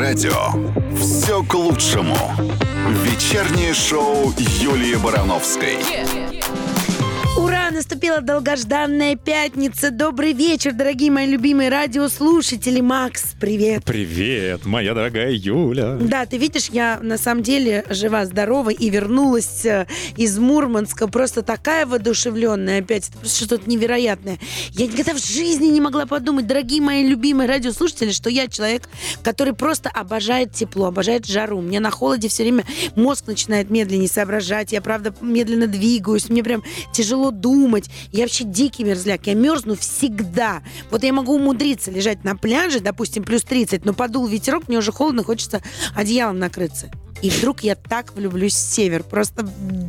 радио. Все к лучшему. Вечернее шоу Юлии Барановской. Ура! Наступила долгожданная пятница. Добрый вечер, дорогие мои любимые радиослушатели. Макс, привет. Привет, моя дорогая Юля. Да, ты видишь, я на самом деле жива-здорова и вернулась из Мурманска. Просто такая воодушевленная опять. Это просто что-то невероятное. Я никогда в жизни не могла подумать, дорогие мои любимые радиослушатели, что я человек, который просто обожает тепло, обожает жару. Мне на холоде все время мозг начинает медленнее соображать. Я, правда, медленно двигаюсь. Мне прям тяжело думать. Я вообще дикий мерзляк. Я мерзну всегда. Вот я могу умудриться лежать на пляже, допустим, плюс 30, но подул ветерок, мне уже холодно, хочется одеялом накрыться. И вдруг я так влюблюсь в север. Просто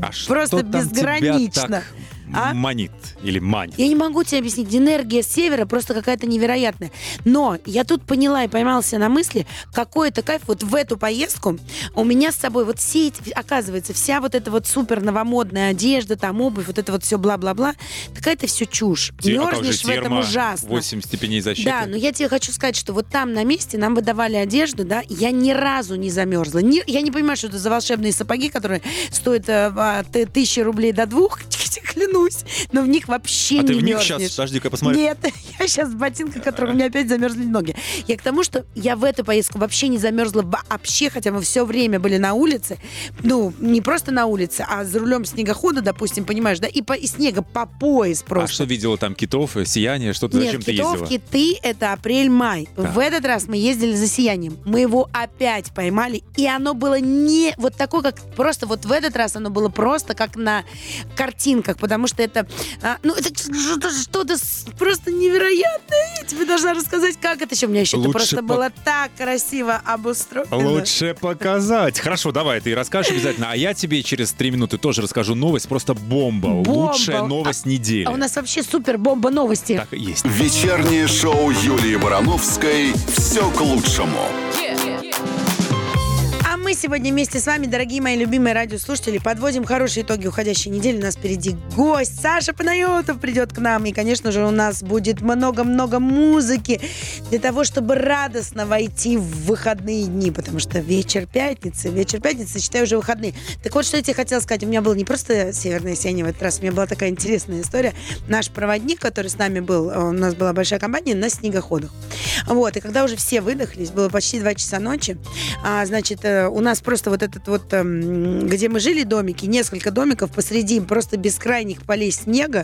безгранично. Манит или манит? Я не могу тебе объяснить. Энергия севера просто какая-то невероятная. Но я тут поняла и поймала себя на мысли, какой это кайф. Вот в эту поездку у меня с собой вот все эти, оказывается, вся вот эта вот супер новомодная одежда, там обувь, вот это вот все бла-бла-бла. Какая-то все чушь. Мерзнешь в этом ужасно. 8 степеней защиты. Да, но я тебе хочу сказать, что вот там на месте нам выдавали одежду, да, я ни разу не замерзла. Я не понимаю, что это за волшебные сапоги, которые стоят от 1000 рублей до 2, клянусь. Но в них вообще не мерзнешь. А ты в них сейчас? Подожди-ка, посмотри. Нет, я сейчас в ботинках, которые у меня опять замерзли ноги. Я к тому, что я в эту поездку вообще не замерзла вообще, хотя мы все время были на улице. Ну, не просто на улице, а за рулем снегохода, допустим, понимаешь, да, и снега по пояс просто. А что видела там? Китов, сияние? Что-то зачем ты ездила? Нет, киты — это апрель-май. Да. В этот раз мы ездили за сиянием. Мы его опять поймали, и оно было не вот такое, как просто вот в этот раз оно было просто как на картинках, потому что это что-то просто невероятное. Я тебе должна рассказать, как это еще. У меня еще это просто было так красиво обустроено. Лучше показать. Хорошо, давай, ты расскажешь обязательно. А я тебе через 3 минуты тоже расскажу новость. Просто бомба. Лучшая новость недели. А у нас вообще супер бомба новости. Так и есть. Вечернее шоу Юлии Барановской. Все к лучшему. Мы сегодня вместе с вами, дорогие мои любимые радиослушатели, подводим хорошие итоги уходящей недели. У нас впереди гость. Саша Панайотов придет к нам. И, конечно же, у нас будет много-много музыки для того, чтобы радостно войти в выходные дни. Потому что вечер пятницы, считаю, уже выходные. Так вот, что я тебе хотела сказать. У меня было не просто северное сияние в этот раз. У меня была такая интересная история. Наш проводник, который с нами был, у нас была большая компания на снегоходах. Вот. И когда уже все выдохлись, было почти 2 часа ночи, значит, у нас просто вот этот вот, где мы жили, домики, несколько домиков посреди просто бескрайних полей снега,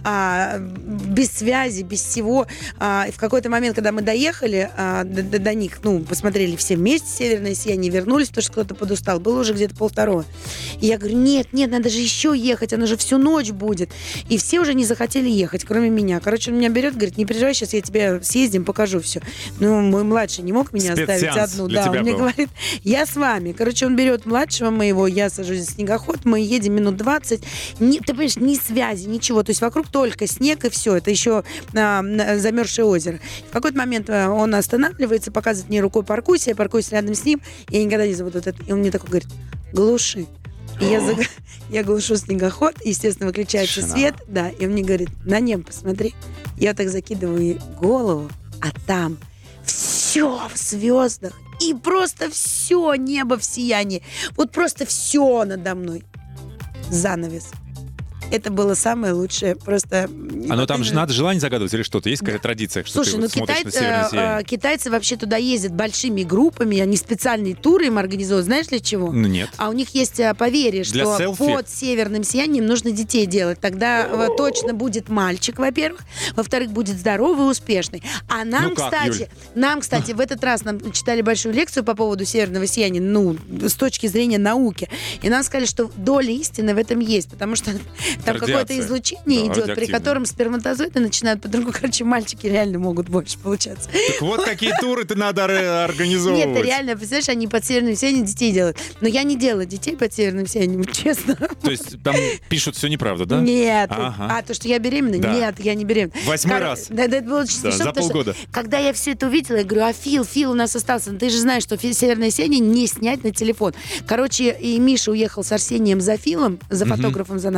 без связи, без всего. И в какой-то момент, когда мы доехали до них, посмотрели все вместе «Северное сияние», вернулись, потому что кто-то подустал. Было уже где-то 1:30. И я говорю, нет, надо же еще ехать, оно же всю ночь будет. И все уже не захотели ехать, кроме меня. Короче, он меня берет, говорит, не переживай, сейчас я тебе съездим, покажу все. Ну, мой младший не мог меня оставить одну. Да, он мне говорит, я с вами. Короче, он берет младшего моего, я сажусь в снегоход, мы едем минут 20. Ты понимаешь, ни связи, ничего. То есть вокруг только снег и все. Это еще замерзшее озеро. В какой-то момент он останавливается, показывает мне рукой паркуйся, я паркуюсь рядом с ним. Я никогда не забуду вот это. И он мне такой говорит, глуши. И я глушу снегоход, естественно, выключается свет. Да, и он мне говорит, на небо посмотри. Я так закидываю голову, а там все в звездах. И просто все небо в сиянии. Вот просто все надо мной. Занавес. Это было самое лучшее. Просто... А там же надо желание загадывать или что-то? Есть какая-то традиция, что слушай, ты смотришь на северное сияние? Китайцы вообще туда ездят большими группами, они специальные туры им организуют. Знаешь для чего? Нет. А у них есть поверье, что под северным сиянием нужно детей делать. Тогда точно будет мальчик, во-первых. Во-вторых, будет здоровый и успешный. А нам, кстати, в этот раз нам читали большую лекцию по поводу северного сияния, с точки зрения науки. И нам сказали, что доля истины в этом есть, потому что там какое-то излучение идет, при котором сперматозоиды начинают по-другому. Короче, мальчики реально могут больше получаться. Так вот какие туры-то надо организовывать. Нет, реально, представляешь, они под северным сиянием детей делают. Но я не делала детей под северным сиянием, честно. То есть там пишут все неправда, да? Нет. То, что я беременна? Да. Нет, я не беременна. 8-й раз. Да, это было очень смешно. За полгода. Когда я все это увидела, я говорю, Фил у нас остался. Ты же знаешь, что северное сияние не снять на телефон. Короче, и Миша уехал с Арсением за Филом, за фотографом за нашим.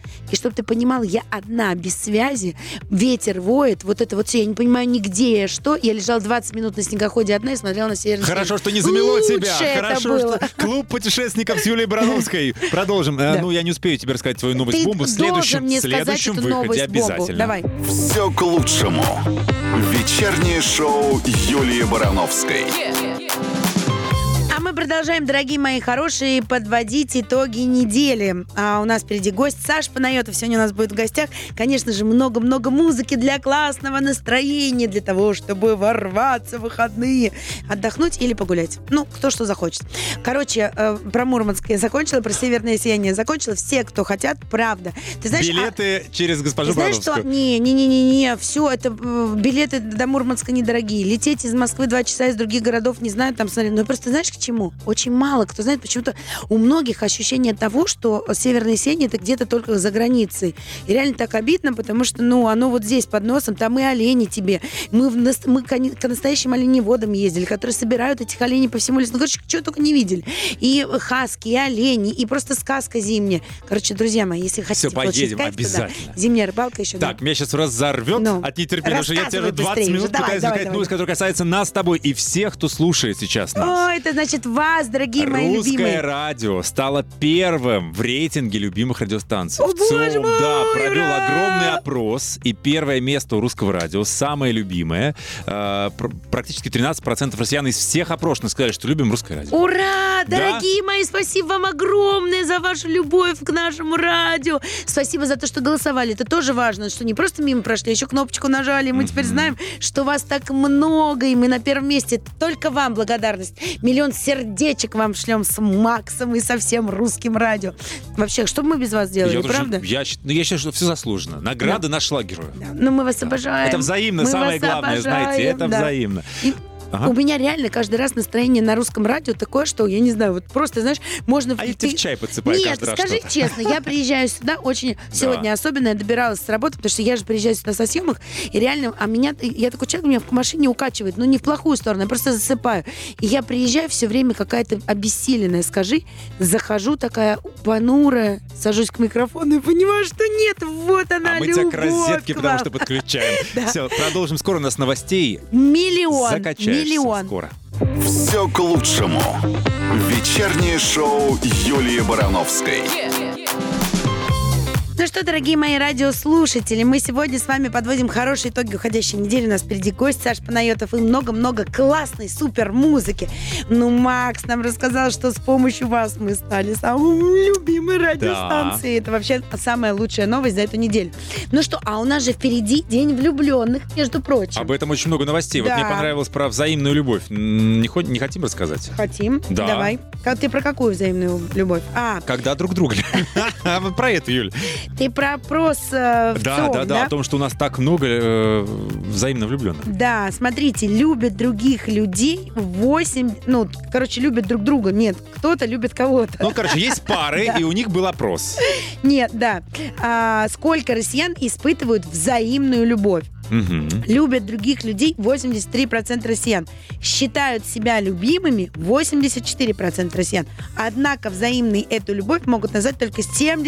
И чтобы ты понимал, я одна, без связи, ветер воет, вот это вот все, я не понимаю нигде что. Я лежала 20 минут на снегоходе одна и смотрела на северное сияние. Хорошо, что не замело Лучше тебя. это Хорошо, было. что клуб путешественников с Юлией Барановской. Продолжим. Ну, я не успею тебе рассказать твою новость Ты бомбу в должен мне сказать следующем эту выходе новость бомбу. обязательно. Давай. Все к лучшему. Вечернее шоу Юлии Барановской. А мы продолжаем, дорогие мои хорошие, подводить итоги недели. А у нас впереди гость Саша Панайотов. Сегодня у нас будет в гостях, конечно же, много-много музыки для классного настроения, для того, чтобы ворваться в выходные, отдохнуть или погулять. Ну, кто что захочет. Короче, про Мурманск я закончила, про северное сияние закончила. Все, кто хотят, правда. Ты знаешь, Билеты через госпожу знаешь Барановскую. что? Не, все, это билеты до Мурманска недорогие. Лететь из Москвы 2 часа из других городов, не знаю, там, смотри, ну просто знаешь к чему? Очень мало кто знает, почему-то у многих ощущение того, что северное сияние это где-то только за границей. И реально так обидно, потому что, ну, оно вот здесь под носом, там и олени тебе. Мы к настоящим оленеводам ездили, которые собирают этих оленей по всему лесу. Ну, короче, чего только не видели. И хаски, и олени, и просто сказка зимняя. Короче, друзья мои, если хотите Все, поедем кайф, обязательно. то да. Зимняя рыбалка еще. Так, меня сейчас разорвет Ну, от нетерпения, потому что я тебе рассказывай уже 20 быстрее минут уже. Давай, пытаюсь давай, сказать давай. новость, которая касается нас с тобой и всех, кто слушает сейчас нас. О, это значит вас, дорогие мои Русское любимые. радио стало первым в рейтинге любимых радиостанций. О, В целом, боже мой, да, провел ура! огромный опрос, и первое место у русского радио, самое любимое. Практически 13% россиян из всех опрошенных сказали, что любим русское радио. Ура! Да? Дорогие мои, спасибо вам огромное за вашу любовь к нашему радио. Спасибо за то, что голосовали. Это тоже важно, что не просто мимо прошли, а еще кнопочку нажали. И мы теперь знаем, что вас так много, и мы на первом месте. Только вам благодарность. Миллион сердечек вам шлем с Максом и со всем русским радио. Вообще, что бы мы без вас делали, правда? Я считаю, что все заслуженно. Награды нашла героя. Да. Ну, мы вас обожаем. Это взаимно, Мы самое вас главное, знаете, обожаем, это да. взаимно. И Ага. у меня реально каждый раз настроение на русском радио такое, что, я не знаю, вот просто, знаешь, можно... А я тебе в чай подсыпаю Нет, каждый раз скажи что-то. честно, я приезжаю сюда очень... Сегодня особенно я добиралась с работы, потому что я же приезжаю сюда со съемок, и реально, я такой человек, меня в машине укачивает, но не в плохую сторону, я просто засыпаю. И я приезжаю все время какая-то обессиленная, скажи, захожу такая понурая, сажусь к микрофону и понимаю, что нет, вот она, А мы любовь тебя к розетке, к потому вам. что подключаем. Да. Все, продолжим скоро. У нас новостей. Миллион, Закачаешься миллион. скоро. Все к лучшему. Вечернее шоу Юлии Барановской. Ну что, дорогие мои радиослушатели, мы сегодня с вами подводим хорошие итоги уходящей недели. У нас впереди гость Саша Панайотов и много-много классной супер музыки. Ну, Макс нам рассказал, что с помощью вас мы стали самой любимой радиостанцией. Это вообще самая лучшая новость за эту неделю. Ну что, а у нас же впереди День влюбленных, между прочим. Об этом очень много новостей. Да. Вот мне понравилось про взаимную любовь. Не хотим рассказать? Хотим? Да. Давай. Ты про какую взаимную любовь? Когда друг друга. Вот про это, Юль. Ты про опрос в ЦИОМ, Да, о том, что у нас так много взаимно влюбленных. Да, смотрите, любят других людей 8... любят друг друга. Нет, кто-то любит кого-то. Ну, короче, есть пары, и у них был опрос. Нет, да. Сколько россиян испытывают взаимную любовь? Мгм. Любят других людей 83% россиян. Считают себя любимыми 84% россиян. Однако взаимной эту любовь могут назвать только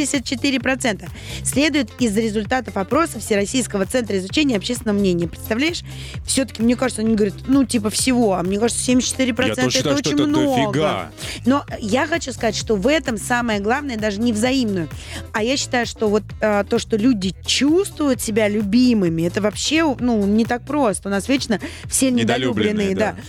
74%. Следует из результатов опроса Всероссийского центра изучения общественного мнения. Представляешь? Все-таки, мне кажется, они говорят, всего. А мне кажется, 74% Я тоже считаю, это что очень это много. дофига. Но я хочу сказать, что в этом самое главное даже не взаимную. А я считаю, что вот то, что люди чувствуют себя любимыми, это вообще не так просто. У нас вечно все недолюбленные. Недолюбленные, Да.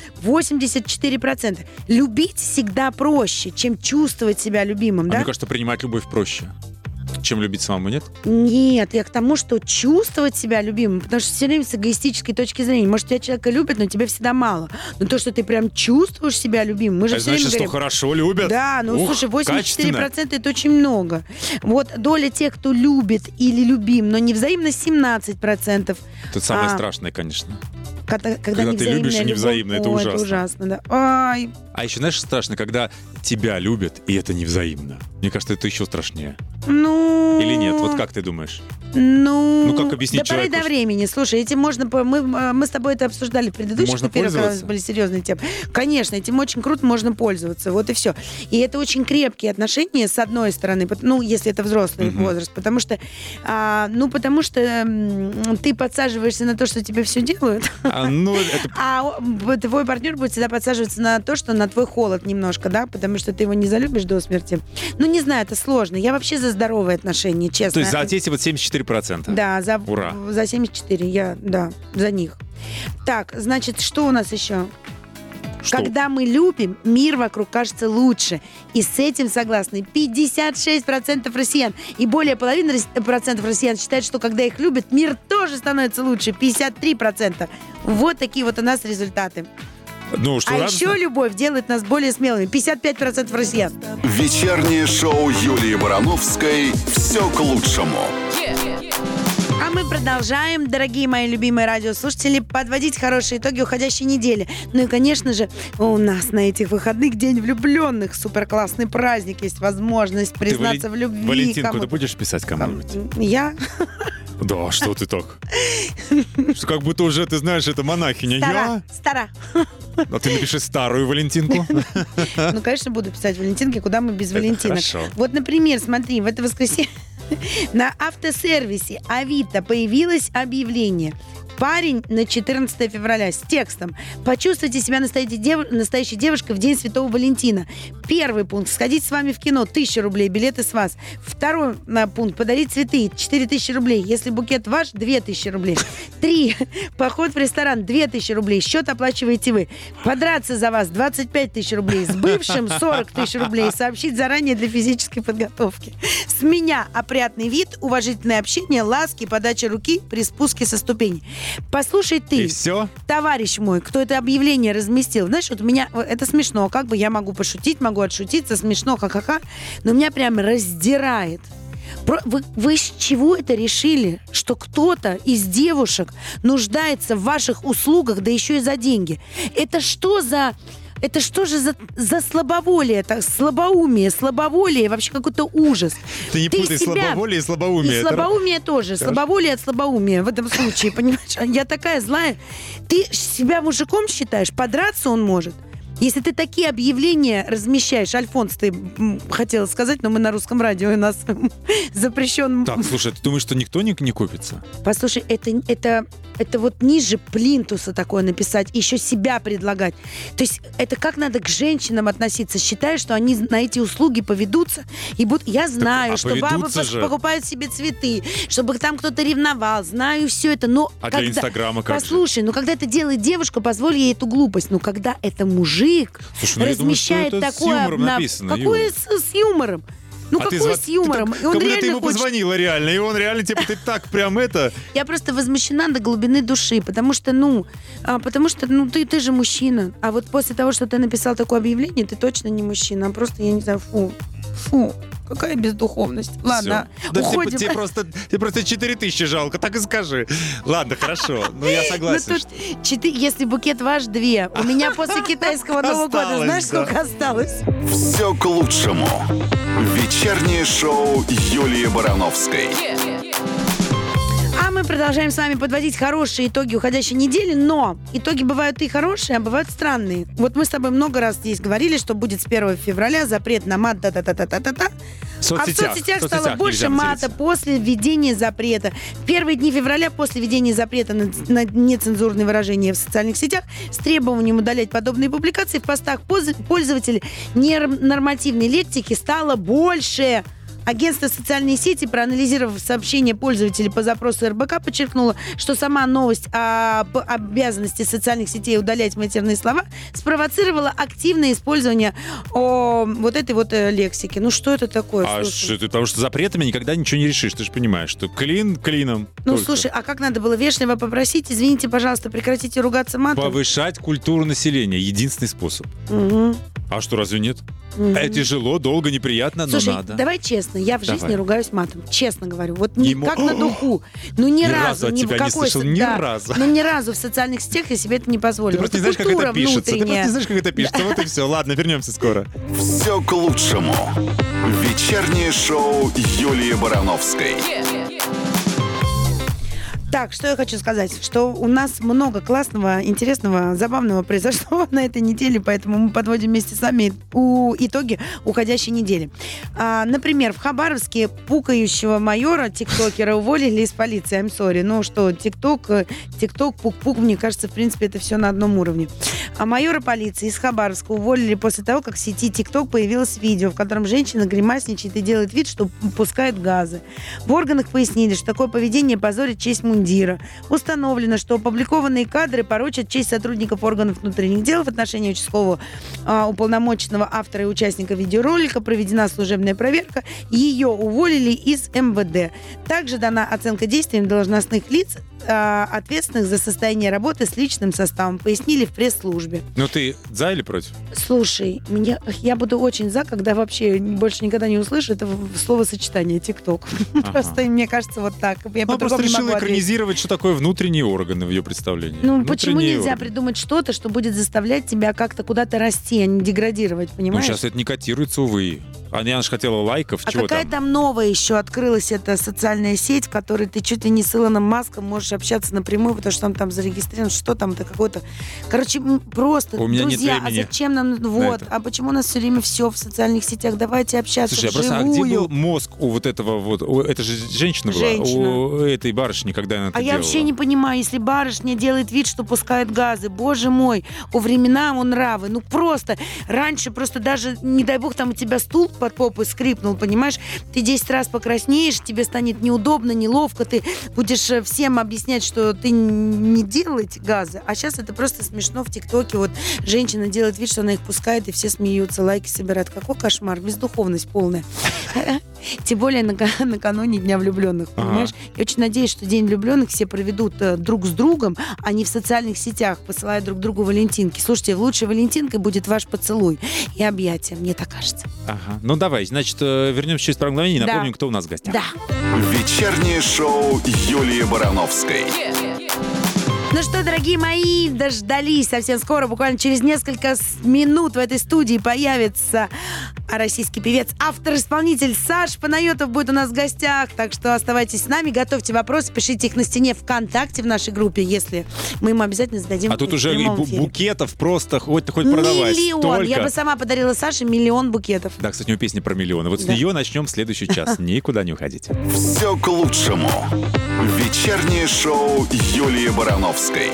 84%. Любить всегда проще, чем чувствовать себя любимым. Да? Мне кажется, принимать любовь проще, чем любить самому, нет? Нет, я к тому, что чувствовать себя любимым, потому что все время с эгоистической точки зрения. Может, тебя человека любят, но тебе всегда мало. Но то, что ты прям чувствуешь себя любимым, мы же Это все время значит, что говорим... хорошо любят. Да, Ух, слушай, 84% качественно. это очень много. Вот доля тех, кто любит или любим, но не взаимно, 17%. Тут самое страшное, конечно. Когда ты любишь и невзаимно, это ужасно. Это ужасно, да. Ай. А еще, знаешь, страшно, когда тебя любят, и это невзаимно. Мне кажется, это еще страшнее. Ну... Или нет? Вот как ты думаешь? Ну, как объяснить до поры человеку, до времени. Слушай, этим можно... Мы с тобой это обсуждали в предыдущих Можно эфирах, когда у нас пользоваться? были серьезные темы. Конечно, этим очень круто можно пользоваться. Вот и все. И это очень крепкие отношения, с одной стороны, если это взрослый возраст. Потому что, ты подсаживаешься на то, что тебе все делают, а твой партнер будет всегда подсаживаться на то, что на твой холод немножко, да, потому что ты его не залюбишь до смерти. Ну, не знаю, это сложно. Я вообще за здоровые отношения, честно. То есть за эти вот 74%? Да, Ура. за 74, за них. Так, значит, что у нас еще? Что? Когда мы любим, мир вокруг кажется лучше. И с этим согласны 56% россиян. И более половины процентов россиян считают, что когда их любят, мир тоже становится лучше. 53%. Вот такие вот у нас результаты. Ну, что А радостно? еще любовь делает нас более смелыми. 55% россиян. Вечернее шоу Юлии Барановской «Все к лучшему». А мы продолжаем, дорогие мои любимые радиослушатели, подводить хорошие итоги уходящей недели. Ну и, конечно же, у нас на этих выходных День влюбленных. Суперклассный праздник. Есть возможность признаться в любви. Валентинку кому-то. ты будешь писать кому-нибудь? Я? Да, что ты так? Что как будто уже, ты знаешь, это монахиня. Стара. А ты напиши старую Валентинку. Ну, конечно, буду писать Валентинки, куда мы без Валентинок. хорошо. Вот, например, смотри, в это воскресенье на автосервисе Авито появилось объявление. Парень на 14 февраля с текстом: почувствуйте себя настоящей девушкой в День Святого Валентина. Первый пункт: сходить с вами в кино, 1000 рублей, билеты с вас. Второй пункт: подарить цветы, 4000 рублей. Если букет ваш, 2000 рублей. 3. Поход в ресторан, 2000 рублей. Счет оплачиваете вы. Подраться за вас, 25 тысяч рублей. С бывшим, 40 тысяч рублей. Сообщить заранее для физической подготовки. С меня опрятный вид, уважительное общение, ласки, подача руки при спуске со ступеней. Послушай ты, И все? товарищ мой, кто это объявление разместил. Знаешь, вот у меня, это смешно, как бы я могу пошутить, могу отшутиться, смешно, ха-ха-ха, но меня прям раздирает. Вы с чего это решили, что кто-то из девушек нуждается в ваших услугах, да еще и за деньги? Это что же за слабоволие, слабоволие, вообще какой-то ужас. Ты не путай слабоволие и слабоумие. И слабоумие тоже. Слабоволие от слабоумия в этом случае, понимаешь? Я такая злая. Ты себя мужиком считаешь? Подраться он может. Если ты такие объявления размещаешь, Альфонс, ты хотела сказать, но мы на русском радио, у нас запрещен... Так, слушай, ты думаешь, что никто не купится? Послушай, это вот ниже плинтуса такое написать, еще себя предлагать. То есть это как надо к женщинам относиться? Считаешь, что они на эти услуги поведутся? И будут... Я знаю, что бабы покупают себе цветы, чтобы там кто-то ревновал. Знаю все это, но... А для Инстаграма как же? Послушай, когда это делает девушка, позволь ей эту глупость. Но когда это мужик размещает я думаю, что это такое... с юмором написано, Какое Юля? с юмором? Ну, какой с юмором? И он Как будто реально ты ему хочет... позвонила реально, и он реально, типа, ты так прям это... Я просто возмущена до глубины души, потому что ты же мужчина. А вот после того, что ты написал такое объявление, ты точно не мужчина, а просто, я не знаю, фу. Какая бездуховность. Ладно, да уходим. Тебе просто 4000 жалко, так и скажи. Ладно, хорошо, я согласен. Если букет ваш, 2. У меня после китайского Нового года, знаешь, сколько осталось? «Все к лучшему». Вечернее шоу Юлии Барановской. А мы продолжаем с вами подводить хорошие итоги уходящей недели, но итоги бывают и хорошие, а бывают странные. Вот мы с тобой много раз здесь говорили, что будет с 1 февраля запрет на мат, та-та-та-та-та-та. А в соцсетях стало больше мата после введения запрета. В первые дни февраля после введения запрета на нецензурные выражения в социальных сетях с требованием удалять подобные публикации в постах пользователей ненормативной лексики стало больше. Агентство «Социальные сети», проанализировав сообщения пользователей по запросу РБК, подчеркнуло, что сама новость об обязанности социальных сетей удалять матерные слова спровоцировала активное использование вот этой вот лексики. Ну что это такое? Потому что запретами никогда ничего не решишь. Ты же понимаешь, что клин клином. Ну только. Слушай, а как надо было вежливо попросить: извините, пожалуйста, прекратите ругаться матом? Повышать культуру населения. Единственный способ. Угу. А что, разве нет? Тяжело, долго, неприятно, Слушай, но надо. давай честно, я в жизни Давай. ругаюсь матом. Честно говорю. Вот Ему- как на духу. Ну ни Ни разу. разу от ни в тебя не какой слышал, со- ни да. разу. Ну ни разу в социальных сетях я себе это не позволю. Ты просто не знаешь, как это пишется. Ты просто внутренняя. не знаешь, как это пишется. Вот и все. Ладно, вернемся скоро. Все к лучшему. Вечернее шоу Юлии Барановской. Так, что я хочу сказать, что у нас много классного, интересного, забавного произошло на этой неделе, поэтому мы подводим вместе с вами итоги уходящей недели. Например, в Хабаровске пукающего майора, тиктокера, уволили из полиции. I'm sorry. Ну что, тикток, пук-пук, мне кажется, в принципе, это все на одном уровне. А майора полиции из Хабаровска уволили после того, как в сети тикток появилось видео, в котором женщина гримасничает и делает вид, что пускает газы. В органах пояснили, что такое поведение позорит честь мундира. Установлено, что опубликованные кадры порочат честь сотрудников органов внутренних дел в отношении участкового уполномоченного автора и участника видеоролика. Проведена служебная проверка. Ее уволили из МВД. Также дана оценка действиям должностных лиц, ответственных за состояние работы с личным составом, пояснили в пресс-службе. Ну ты за или против? Слушай, я буду очень за, когда вообще больше никогда не услышу это словосочетание ТикТок. Просто мне кажется вот так. Я Ну, просто по-другому не могу решила ответить. экранизировать, что такое внутренние органы в ее представлении. Ну, почему Внутренние нельзя органы. придумать что-то, что будет заставлять тебя как-то куда-то расти, а не деградировать, Ну, понимаешь? сейчас это не котируется, увы. Она же хотела лайков, А чего какая там новая еще открылась эта социальная сеть, в которой ты чуть ли не с Илоном Маском можешь общаться напрямую, потому что он там зарегистрирован, что там, это какой-то... Короче, просто, У меня нет друзья, а времени зачем нам... Вот, это. а почему у нас все время все в социальных сетях? Давайте общаться Слушай, а просто а где вживую. был мозг у вот этого вот... Это же женщина была? Женщина. У этой барышни, когда она это А я делала. вообще не понимаю, если барышня делает вид, что пускает газы, боже мой, у времена у нравы. Ну просто, раньше просто даже, не дай бог, там у тебя стул под попой скрипнул, понимаешь? Ты 10 раз покраснеешь, тебе станет неудобно, неловко, ты будешь всем объяснять, что ты не делал эти газы. А сейчас это просто смешно в ТикТоке. Вот женщина делает вид, что она их пускает, и все смеются, лайки собирают. Какой кошмар, бездуховность полная. Тем более накануне Дня влюбленных, понимаешь? Я очень надеюсь, что День влюбленных все проведут друг с другом, а не в социальных сетях, посылая друг другу валентинки. Слушайте, лучшей валентинкой будет ваш поцелуй и объятия, мне так кажется. Ага. Ну давай, значит, вернемся через пару мгновений и Да. напомним, кто у нас в гостях. Да. Вечернее шоу Юлии Барановской. Ну что, дорогие мои, дождались. Совсем скоро, буквально через несколько минут в этой студии появится российский певец, автор-исполнитель Саша Панайотов будет у нас в гостях. Так что оставайтесь с нами, готовьте вопросы, пишите их на стене ВКонтакте в нашей группе, если мы ему обязательно зададим. А тут в уже и прямом эфире. букетов просто хоть продавать. Миллион. Столько. Я бы сама подарила Саше 1 000 000 букетов. Да, кстати, у него песня про миллионы. Вот с Да. нее начнем следующий час. Никуда не уходите. Все к лучшему. Вечернее шоу Юлии Барановской.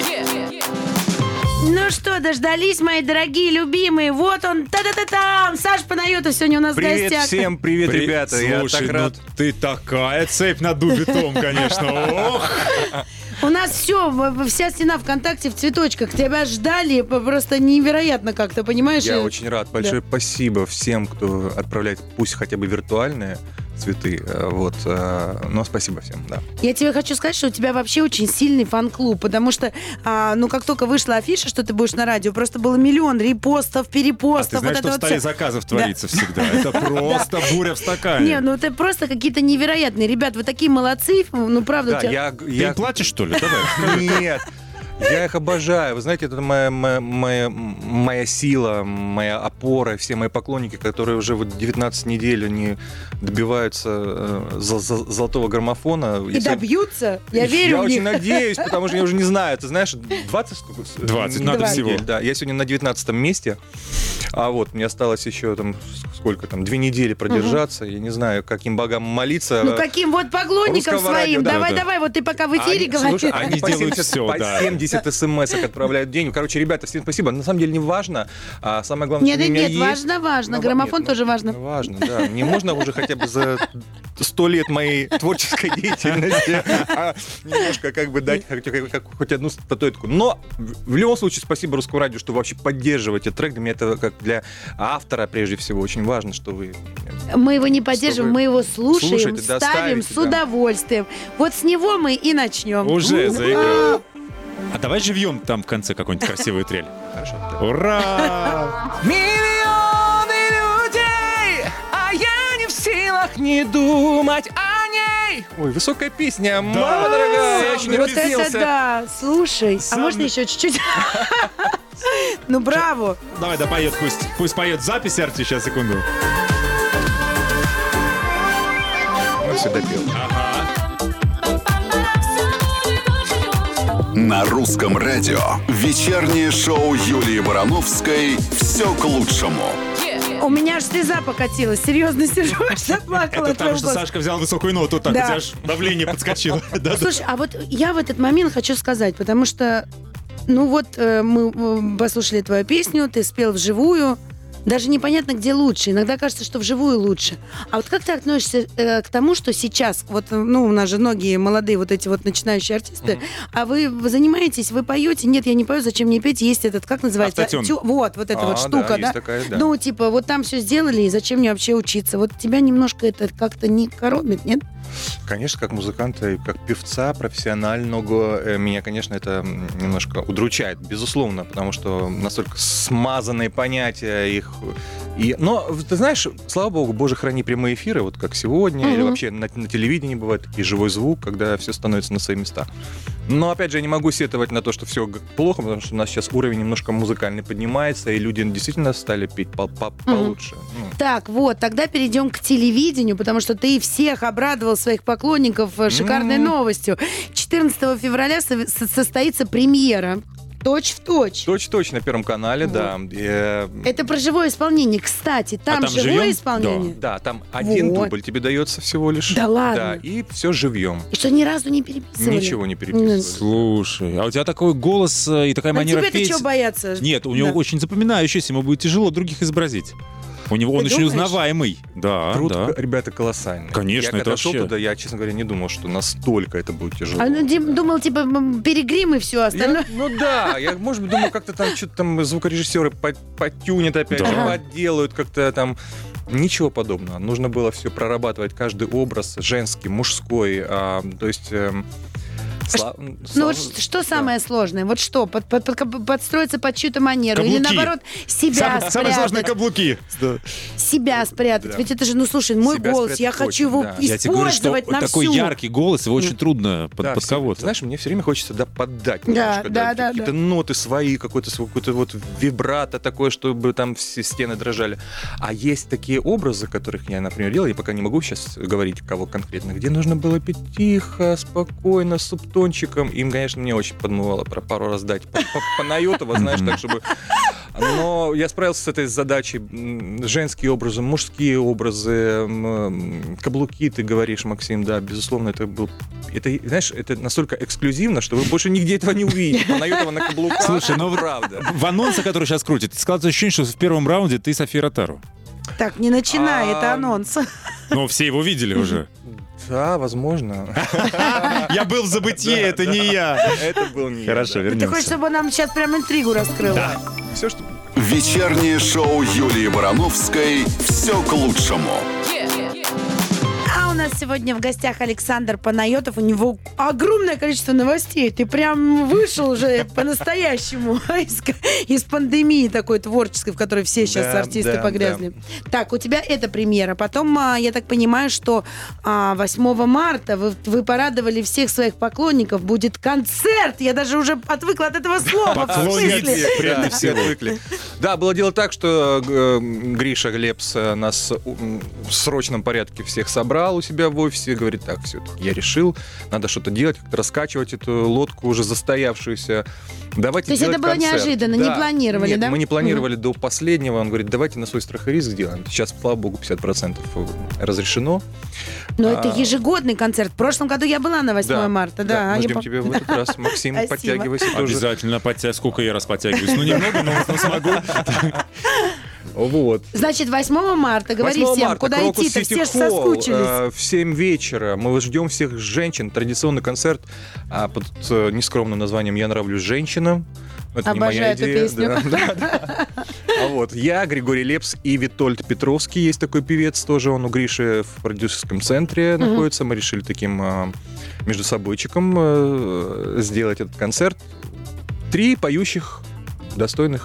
Ну что, дождались, мои дорогие, любимые. Вот он, та-та-та-там! Саша Панайотов сегодня у нас в Привет гостях. всем, привет, ребята. Я Слушай, так рад. ну ты такая цепь на дубе том, конечно. Ох! У нас все, вся стена ВКонтакте в цветочках. Тебя ждали просто невероятно как-то, понимаешь? Я очень рад. Большое спасибо всем, кто отправляет, пусть хотя бы виртуальные цветы. Вот. Но спасибо всем, да. Я тебе хочу сказать, что у тебя вообще очень сильный фан-клуб, потому что, как только вышла афиша, что ты будешь на радио, просто было 1 000 000 репостов, А перепостов. ты знаешь, вот что в это вот стае всё. заказов творится всегда? Это просто буря в стакане. Не, ну это просто какие-то невероятные. Ребят, вы такие молодцы, ну правда Да, у тебя... Ты им платишь, что ли? Давай. Нет. Я их обожаю. Вы знаете, это моя сила, моя опора, все мои поклонники, которые уже вот 19 недель они добиваются золотого граммофона. И добьются, я верю Я в очень них. надеюсь, потому что я уже не знаю. Ты знаешь, 20 сколько? 20 надо недель, всего. Да, я сегодня на 19 месте. А вот мне осталось еще там сколько там 2 недели продержаться. Я не знаю, каким богам молиться. Ну каким вот поклонникам Русского своим. радио, да, давай, да. давай, вот ты пока в эфире Они, говоришь. слушай, они по сделают 70, все, по по 70 смс-ок отправляют в день. Короче, ребята, всем спасибо. На самом деле не важно. А самое главное, Нет, что у меня нет, есть. важно. Ну, Граммофон нет, тоже важно. Важно, да. Мне можно уже хотя бы за 100 лет моей творческой деятельности немножко как бы дать хоть одну статуэтку. Но в любом случае спасибо Русскому радио, что вы вообще поддерживаете трек. Для меня это как для автора прежде всего очень важно, что вы... Мы его не поддерживаем, вы мы его слушаем, слушаете, да, ставим ставите, с да. удовольствием. Вот с него мы и начнем. Уже заиграл. А давай живьем там в конце какой-нибудь красивый трель. Хорошо. Ура! Миллион! не думать о ней. Ой, высокая песня, мама дорогая, я еще не Вот это распевался. да! Слушай, Сам- а можно еще чуть-чуть? Ну, браво! Давай, да поет, пусть поет запись, Арти, сейчас, секунду. Ну, все допел. На русском радио вечернее шоу Юлии Барановской «Все к лучшему». У меня аж слеза покатилась. Серьезно, сижу, аж заплакала. Это от твоего потому, что голоса. Сашка взял высокую ноту, так, Да. у тебя аж давление подскочило. Да, да. Слушай, а вот я в этот момент хочу сказать, потому что, ну вот, мы послушали твою песню, ты спел вживую. Даже непонятно, где лучше. Иногда кажется, что вживую лучше. А вот как ты относишься к тому, что сейчас, вот, ну, у нас же многие молодые вот эти вот начинающие артисты, а вы занимаетесь, вы поете? Нет, я не пою, зачем мне петь? Есть этот, как называется? Автотюн. Вот эта вот штука, есть такая, да. Ну, типа, вот там все сделали, и зачем мне вообще учиться? Вот тебя немножко это как-то не коробит, нет? Конечно, как музыканта и как певца профессионального, меня, конечно, это немножко удручает, безусловно, потому что настолько смазанные понятия их. Но, ты знаешь, слава богу, Боже, храни прямые эфиры, вот как сегодня, или вообще на телевидении бывает такой живой звук, когда все становится на свои места. Но, опять же, я не могу сетовать на то, что все плохо, потому что у нас сейчас уровень немножко музыкальный поднимается, и люди действительно стали петь получше. Так, вот, тогда перейдем к телевидению, потому что ты всех обрадовал своих поклонников шикарной новостью. 14 февраля состоится премьера. Точь в точь. Точь-в-точь на Первом канале, да. Это про живое исполнение. Кстати, там, там живое живьем? исполнение. Да, там один Вот. дубль тебе дается всего лишь. Да ладно? Да, и все живьем. И что, ни разу не переписывали? Ничего не переписывали. Слушай, а у тебя такой голос и такая А манера тебе-то петь. чего бояться? Нет, у него Да. очень запоминающийся, ему будет тяжело других изобразить. У него он Ты очень думаешь? узнаваемый. Да, Труд, да. ребята, колоссальный. Конечно, я это когда шел вообще- туда, я, честно говоря, не думал, что настолько это будет тяжело. А, ну, Дим думал, типа, перегрим и все остальное. Ну да, я, может быть, думал, как-то там что-то там звукорежиссеры подтюнят опять, Да. подделают как-то там. Ничего подобного. Нужно было все прорабатывать, каждый образ, женский, мужской. То есть... Ну вот что самое сложное? Вот что? Подстроиться под чью-то манеру? Или Каблуки. наоборот, себя Самые сложные спрятать? каблуки. Да. Себя спрятать. Да. Ведь это же, ну слушай, мой Себя голос, спрятать я хочу очень, его да. Я тебе говорю, что использовать на такой всю. яркий голос, его очень трудно Да, под все- кого-то. Знаешь, мне все время хочется поддать Да, немножко, да, да, какие-то ноты свои, какой-то вот вибрато такое, чтобы там все стены дрожали. А есть такие образы, которых я, например, делал, я пока не могу сейчас говорить, кого конкретно, где нужно было петь тихо, спокойно, с субтончиком. Им, конечно, мне очень подмывало про пару раз дать по Найотово, знаешь, так, чтобы... Но я справился с этой задачей. Женские образы, мужские образы, каблуки, ты говоришь, Максим, да, безусловно, это был... Это, знаешь, это настолько эксклюзивно, что вы больше нигде этого не увидите. Найотово на каблуках, Слушай, ну вот правда. в анонсе, который сейчас крутит, складывается ощущение, что в первом раунде ты София Ротару. Так, не начинай, это А, анонс. Но все его видели уже. Да, возможно. Я был в забытье, это не я. Это был не я, Хорошо, да. Ты хочешь, вернемся. чтобы он нам сейчас прям интригу раскрыл? Все, что... Вечернее шоу Юлии Барановской «Все к лучшему». А у нас сегодня в гостях Александр Панайотов. У него огромное количество новостей. Ты прям вышел уже по-настоящему из пандемии такой творческой, в которой все сейчас Да, артисты да, погрязли. Так, у тебя это премьера. Потом, я так понимаю, что 8 марта вы порадовали всех своих поклонников. Будет концерт. Я даже уже отвыкла от этого слова. В Поклонники. смысле? Прежде Да, всего. все отвыкли. Да, было дело так, что Гриша Лепс нас в срочном порядке всех собрал у себя в офисе, говорит, так, все-таки я решил, надо что-то делать, как-то раскачивать эту лодку уже застоявшуюся. Давайте То есть делать это было концерт. неожиданно, не планировали, Нет, да? мы не планировали до последнего. Он говорит, давайте на свой страх и риск сделаем. Сейчас, слава богу, 50% разрешено. Но это ежегодный концерт. В прошлом году я была на 8 марта. Да, мы я ждем тебя в этот раз. Максим, Спасибо. подтягивайся тоже. Обязательно подтягиваюсь. Сколько я раз подтягиваюсь? Ну, немного, но смогу. Вот. Значит, 8 марта, говори 8 всем, марта, куда Крокус идти-то, Сити все же Холл, соскучились. в 7 вечера. Мы ждем всех женщин. Традиционный концерт под нескромным названием «Я нравлюсь женщинам». Это не моя Обожаю эту идея. песню. Да. А вот я, Григорий Лепс и Витольд Петровский. Есть такой певец тоже. Он у Гриши в продюсерском центре находится. Мы решили таким между собойчиком сделать этот концерт. 3 поющих, достойных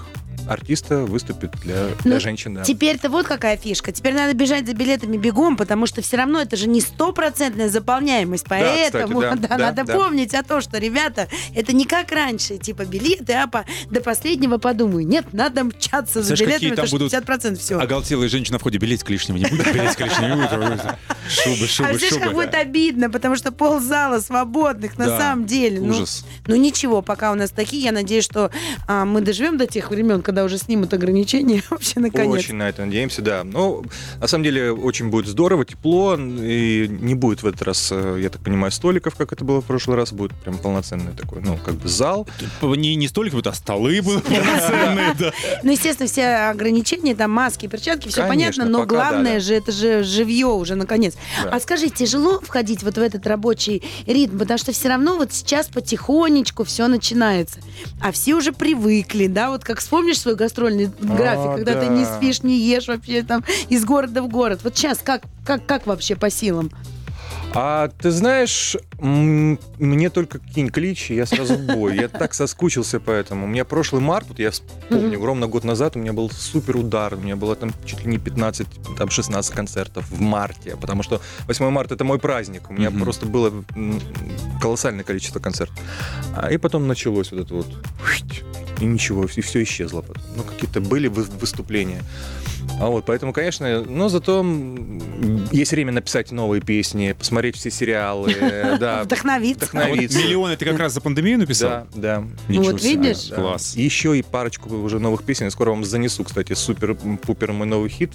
артиста выступит для Ну, женщин. Да. Теперь-то вот какая фишка. Теперь надо бежать за билетами бегом, потому что все равно это же не 100% заполняемость. Поэтому кстати, да, надо да. помнить о том, что, ребята, это не как раньше, типа билеты, до последнего подумаю. Нет, надо мчаться за Знаешь, билетами, какие там потому что будут 50% все. оголтелые женщины на входе. Билетик лишнего не будет, билетик лишнего не будет. Шубы, А знаешь, как будет обидно, потому что ползала свободных на Да, самом деле. ужас. Ну ничего, пока у нас такие, я надеюсь, что мы доживем до тех времен, когда уже снимут ограничения вообще наконец. Очень на это надеемся, да. Ну, на самом деле, очень будет здорово, тепло, и не будет в этот раз, я так понимаю, столиков, как это было в прошлый раз, будет прям полноценный такой, ну, как бы зал. Не столик, а столы будут полноценные, да. Ну, естественно, все ограничения, там маски, перчатки, все Конечно, понятно, но пока главное да. же, это же живье уже, наконец. Да. А скажи, тяжело входить вот в этот рабочий ритм, потому что все равно вот сейчас потихонечку все начинается, а все уже привыкли, да, вот как вспомнишь свой гастрольный график, когда ты не да. спишь, не ешь вообще там из города в город. Вот сейчас как вообще по силам? А ты знаешь, мне только кинь клич, и я сразу в бой. Я так соскучился по этому. У меня прошлый март, вот я помню, ровно год назад у меня был супер удар. У меня было там чуть ли не 15, там 16 концертов в марте, потому что 8 марта это мой праздник. У меня просто было колоссальное количество концертов. И потом началось вот это вот. И ничего, и все исчезло потом. Ну, какие-то были выступления. Поэтому, конечно, но зато есть время написать новые песни, посмотреть все сериалы, да, Вдохновиться. «Миллион» это как раз за пандемию написал? Да. Ничего Вот себе, видишь? Да. класс. И еще и парочку уже новых песен. Я скоро вам занесу, кстати, супер-пупер мой новый хит.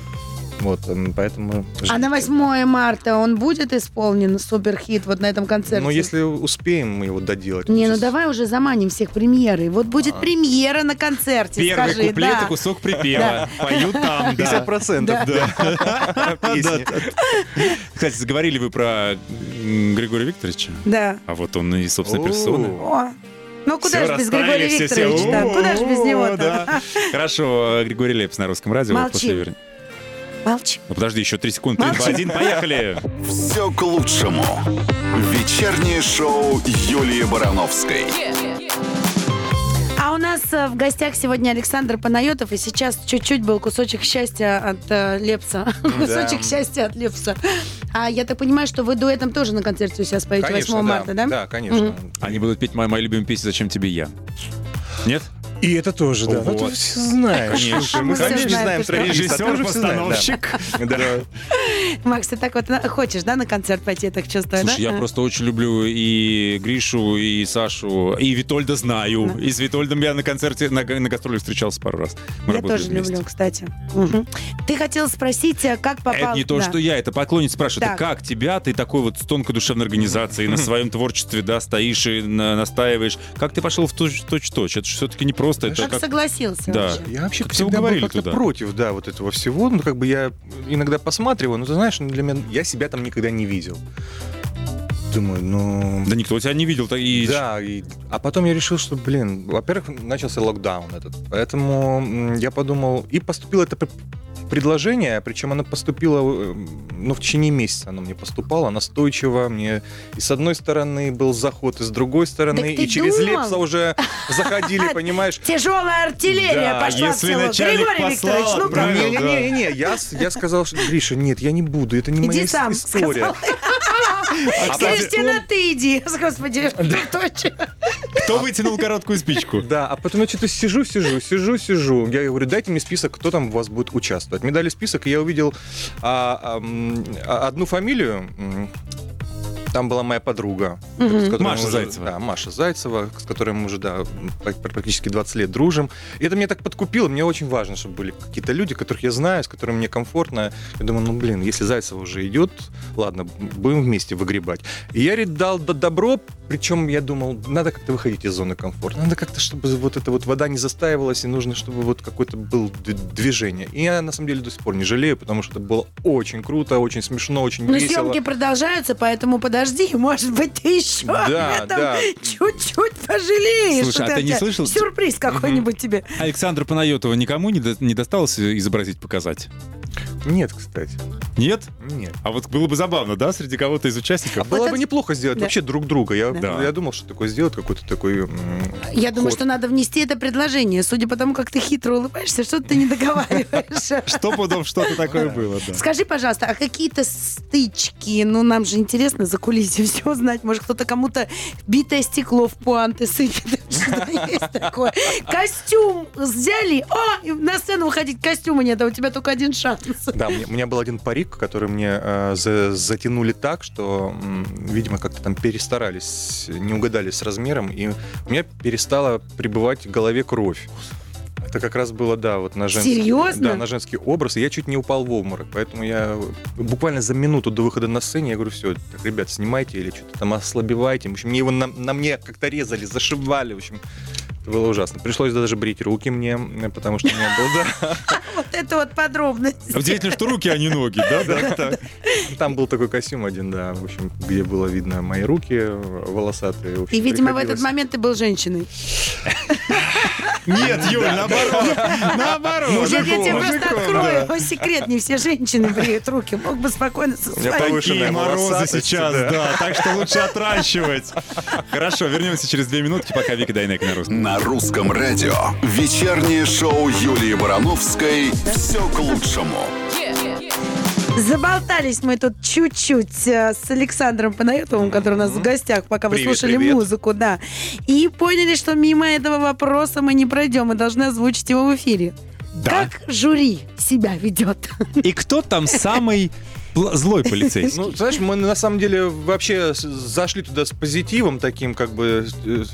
Поэтому... А на 8 марта он будет исполнен, суперхит, вот на этом концерте? Ну, если успеем мы его доделать. Не, ну давай уже заманим всех премьерой. Вот будет премьера на концерте, Первый скажи. куплет да. и кусок припева. Поют там, да. 50%. Песни. Кстати, заговорили вы про Григория Викторовича? Да. А вот он и, собственно, персона. О, ну куда Всё же без расставили, Григория все. Викторовича-то? Куда же без него-то? Да. Хорошо, Григорий Лепс на Русском радио. Молчи. После верни- Молчи. Ну, подожди, еще 3 секунды. 3, 2, Молчи. 1, поехали. Все к лучшему. Вечернее шоу Юлии Барановской. А у нас в гостях сегодня Александр Панайотов, и сейчас чуть-чуть был кусочек счастья от Лепса. Кусочек счастья от Лепса. А я так понимаю, что вы дуэтом тоже на концерте у себя споете 8 марта, да? Да, конечно. Они будут петь мою любимую песню «Зачем тебе я». Нет? И это тоже, да. Вот. Ну, ты все знаешь. Конечно. Мы все сами не знаем, знаем ты что. традиции. Режиссер-постановщик. Да. Макс, ты так вот хочешь, да, на концерт пойти, я так чувствую, Слушай, да? я просто очень люблю и Гришу, и Сашу, и Витольда знаю. Да. И с Витольдом я на концерте, на гастроле встречался пару раз. Мы Я работали тоже вместе. люблю, кстати. Мгм. Ты хотел спросить, как попал... Это не то, Да. что я, это поклонница спрашивает. Так. Это как тебя, ты такой вот с тонкой душевной организацией, на своем творчестве, да, стоишь и настаиваешь. Как ты пошел в точь-точь? Это все-таки не просто. Это Как как... согласился Да. вообще? Я вообще Как всегда вы был говорили как-то туда? против, да, вот этого всего. Ну, как бы я иногда посматриваю, но ты знаешь, для меня, я себя там никогда не видел. Думаю, ну... Да никто тебя не видел. Да, а потом я решил, что, во-первых, начался локдаун этот, поэтому я подумал, и поступило это предложение, причем оно поступило, в течение месяца оно мне поступало, настойчиво, мне и с одной стороны был заход, и с другой стороны, Так ты и через думал? Лепса уже заходили, понимаешь? Тяжелая артиллерия Да, пошла в если село. начальник Григорий послал, Викторович, ну-ка. правильно. Не, я сказал, что, Гриша, нет, я не буду, это не Иди моя сам, история. Слышите, на ты иди. Господи, точно. Кто вытянул короткую спичку? Да, а потом я что-то сижу. Я говорю, дайте мне список, кто там у вас будет участвовать. Мне дали список, и я увидел одну фамилию. Там была моя подруга. с которой Маша мы уже- Зайцева. Да, Маша Зайцева, с которой мы уже, практически 20 лет дружим. И это меня так подкупило. Мне очень важно, чтобы были какие-то люди, которых я знаю, с которыми мне комфортно. Я думаю, если Зайцева уже идет, ладно, будем вместе выгребать. И я дал добро, причем я думал, надо как-то выходить из зоны комфорта. Надо как-то, чтобы вот эта вот вода не застаивалась, и нужно, чтобы вот какое-то было движение. И я, на самом деле, до сих пор не жалею, потому что это было очень круто, очень смешно, очень Но весело. съемки продолжаются, поэтому подожди, может быть, ты еще Да, об этом да. чуть-чуть пожалеешь. Слушай, а Вот ты не это слышал? Сюрприз какой-нибудь тебе. Александра Панайотова никому не досталось изобразить, показать? Нет, кстати. Нет? Нет. А вот было бы забавно, да, среди кого-то из участников? Было это- бы неплохо сделать Да. вообще друг друга. Я Да. думал, что такое сделать, какой-то такой Я думаю, ход. что надо внести это предложение. Судя по тому, как ты хитро улыбаешься, что-то ты не договариваешь. Что пудов что-то такое было, да. Скажи, пожалуйста, а какие-то стычки? Ну, нам же интересно за кулисами все знать. Может, кто-то кому-то битое стекло в пуанты сыпет. Что-то есть такое. Костюм взяли. И на сцену выходить костюма нет, а у тебя только один шанс. Да, у меня был один парик, который мне затянули так, что, видимо, как-то там перестарались, не угадали с размером, и у меня перестала прибывать в голове кровь. Это как раз было, да, вот на женский... Серьезно? Да, на женский образ, и я чуть не упал в обморок, поэтому я буквально за минуту до выхода на сцене, я говорю, все, так, ребят, снимайте или что-то там ослабевайте. В общем, мне его на мне как-то резали, зашивали, в общем, это было ужасно. Пришлось даже брить руки мне, потому что у меня был, да... Вот это вот подробность. Удивительно, что руки, а не ноги, да? Да. Там был такой костюм один, да, в общем, где было видно мои руки волосатые. В общем, И, видимо, в этот приходилось- момент ты был женщиной. Нет, Юль, наоборот. Наоборот. Я тебе просто мужиком, открою да. секрет. Не все женщины бреют руки. Мог бы спокойно со У меня своей. повышенная Такие морозы волосатость, сейчас, да. да, так что лучше отращивать. Хорошо, вернемся через 2 минутки, пока Вика Дайнек на русском. На русском радио вечернее шоу Юлии Барановской «Все к лучшему». Заболтались мы тут чуть-чуть с Александром Панайотовым, который у нас в гостях, пока вы Привет, слушали привет. музыку, да. И поняли, что мимо этого вопроса мы не пройдем, мы должны озвучить его в эфире. Да. Как жюри себя ведет? И кто там самый злой полицейский? Ну, знаешь, мы на самом деле вообще зашли туда с позитивом таким, как бы,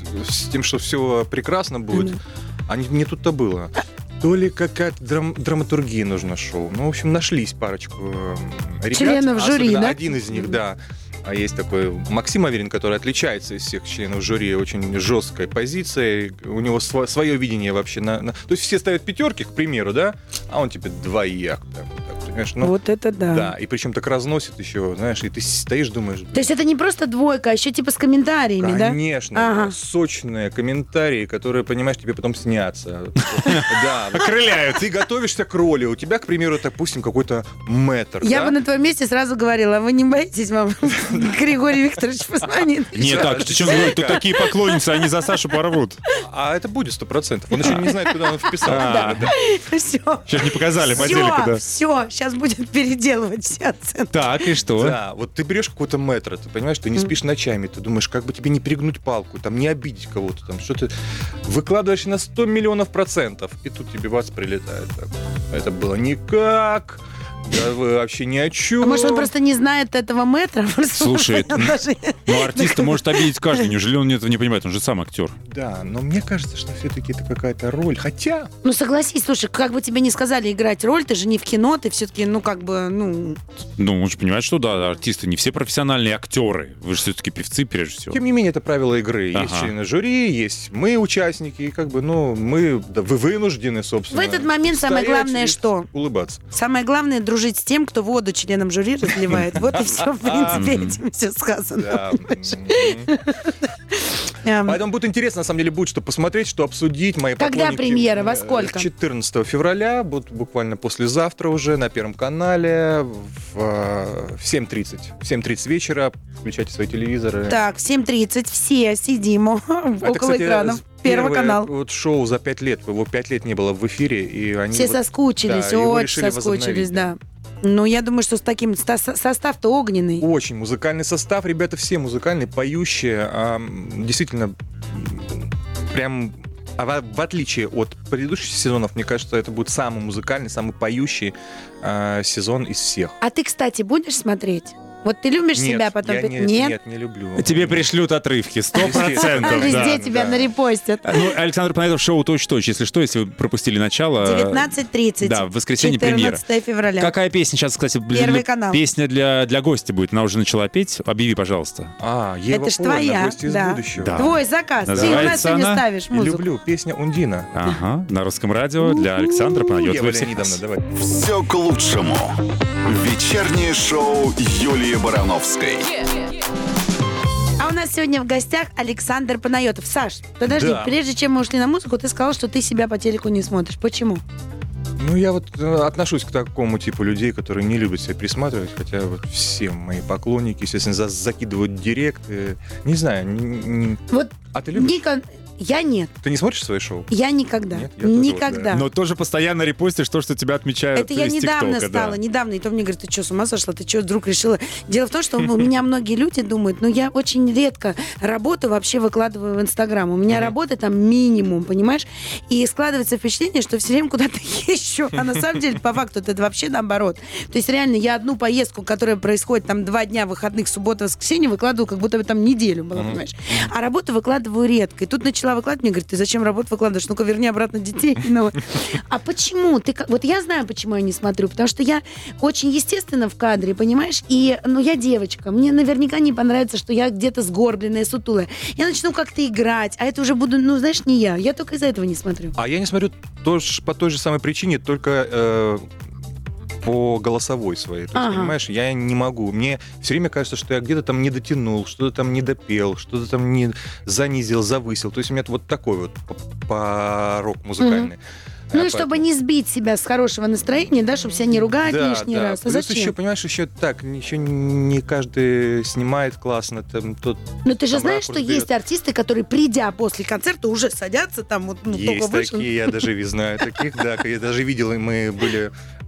с тем, что все прекрасно будет. А не тут-то было. То ли какая-то драматургия нужна шоу. Ну, в общем, нашлись парочку ребят. Членов жюри, Особенно да? один из них, да. А есть такой Максим Аверин, который отличается из всех членов жюри очень жесткой позицией. У него свое видение вообще. То есть все ставят пятерки, к примеру, да? А он тебе двояк. Прям, так, понимаешь? Ну, Вот это да. да, и причем так разносит еще, знаешь, и ты стоишь, думаешь... То есть это не просто двойка, а еще типа с комментариями, да? Конечно, Ага. сочные комментарии, которые, понимаешь, тебе потом снятся. Да, Окрыляют. ты готовишься к роли, у тебя, к примеру, допустим, какой-то мэтр. Я да? бы на твоем месте сразу говорила, вы не боитесь, вам Григорий Викторович позвонит? Нет, так, ты что говоришь, тут такие поклонницы, они за Сашу порвут. А это будет 100%. Он еще не знает, куда он вписал. А, Да. Все. Сейчас не показали по телеку, да. Все, сейчас будет переделывать все оценки. Так, и что? Да, вот ты берешь какого-то мэтра, ты понимаешь, ты не спишь ночами, ты думаешь, как бы тебе не перегнуть палку, там, не обидеть кого-то, там, что-то выкладываешь на 100 миллионов %, и тут тебе бац, прилетает. Так. Это было никак, да вы вообще ни о чем. А может, он просто не знает этого мэтра? Слушай, ну артиста может обидеть каждый, неужели он этого не понимает? Он же сам актер. Да, но мне кажется, что все-таки это какая-то роль, хотя... Ну, согласись, слушай, как бы тебе не сказали играть роль, ты же не в кино, ты все-таки, ну, как бы, ну... Ну, он же понимает, что да, артисты не все профессиональные актеры. Вы же все-таки певцы, прежде всего. Тем не менее, это правила игры. Есть Ага. члены жюри, есть мы, участники, и как бы, ну, мы вы вынуждены, собственно... В этот момент самое стоять главное и что? Улыбаться. Самое главное — дружить с тем, кто воду членам жюри разливает. Вот и все, в принципе, этим все сказано. Да. Эм, Поэтому будет интересно, на самом деле, будет что посмотреть, что обсудить. Мои Когда поклонники, премьера? Во сколько? 14 февраля, будут буквально послезавтра уже на Первом канале в 7:30. В 7:30 вечера. Включайте свои телевизоры. Так, в 7:30 все сидим Это, около кстати, экранов. Первый первое канал. Вот шоу за 5 лет. Его 5 лет не было в эфире. И они Все вот- соскучились, да, его очень решили соскучились, возобновить. да. Ну, я думаю, что с таким состав-то огненный. Очень музыкальный состав. Ребята все музыкальные, поющие. Действительно, прям... в отличие от предыдущих сезонов, мне кажется, это будет самый музыкальный, самый поющий сезон из всех. А ты, кстати, будешь смотреть? Вот ты любишь себя потом... я Нет? не люблю. Тебе пришлют отрывки, 100%. Везде да. тебя да. нарепостят. Ну, Александр Панайотов, шоу «Точь-точь», если что, если вы пропустили начало. 19:30. Да, в воскресенье премьера. 14 февраля. Какая песня сейчас, кстати, Первый канал. песня для гостя будет? Она уже начала петь. Объяви, пожалуйста. Ева Это ж Пурна, твоя, гости из да. будущего. Да. Твой заказ. Ты у нас Называется сегодня она ставишь И музыку. люблю. Песня «Ундина». Ага, на русском радио для Александра Панайотова. Ева и всех Леонидовна, нас. давай. «Все к лучшему». Вечернее шоу Юлии Барановской. А у нас сегодня в гостях Александр Панайотов. Саш, подожди, Да. прежде чем мы ушли на музыку, ты сказал, что ты себя по телеку не смотришь. Почему? Ну, я вот отношусь к такому типу людей, которые не любят себя присматривать, хотя вот все мои поклонники, естественно, закидывают директ. Не знаю. Вот А ты любишь? Я нет. Ты не смотришь свои шоу? Я никогда. Нет? Я тоже Никогда. вот, Но тоже постоянно репостишь то, что тебя отмечают Это я из недавно ТикТока, стала, да. недавно. И то мне говорят, ты что, с ума сошла? Ты что, вдруг решила? Дело в том, что у меня многие люди думают, я очень редко работу вообще выкладываю в Инстаграм. У меня работы там минимум, понимаешь? И складывается впечатление, что все время куда-то езжу. А на самом деле, по факту, это вообще наоборот. То есть реально я одну поездку, которая происходит там 2 дня выходных, суббота, воскресенье, выкладываю, как будто бы там неделю была, понимаешь? А работу выкладываю редко. И тут начала выкладывать, мне говорят, ты зачем работу выкладываешь? Ну-ка, верни обратно детей. А почему? Вот я знаю, почему я не смотрю. Потому что я очень естественно в кадре, понимаешь? И, я девочка. Мне наверняка не понравится, что я где-то сгорбленная, сутулая. Я начну как-то играть, а это уже буду, знаешь, не я. Я только из-за этого не смотрю. А я не смотрю тоже по той же самой причине, только по голосовой своей. То есть, понимаешь, я не могу. Мне все время кажется, что я где-то там не дотянул, что-то там не допел, что-то там не занизил, завысил. То есть у меня вот такой вот порог музыкальный. И чтобы не сбить себя с хорошего настроения, да, чтобы себя не ругать лишний раз. А Плюс зачем? еще, понимаешь, еще не каждый снимает классно. Там, Но ты же там знаешь, что ракурс есть берет. артисты, которые, придя после концерта, уже садятся там, только Есть вышел. такие, я даже знаю таких, да. Я даже видел, и мы были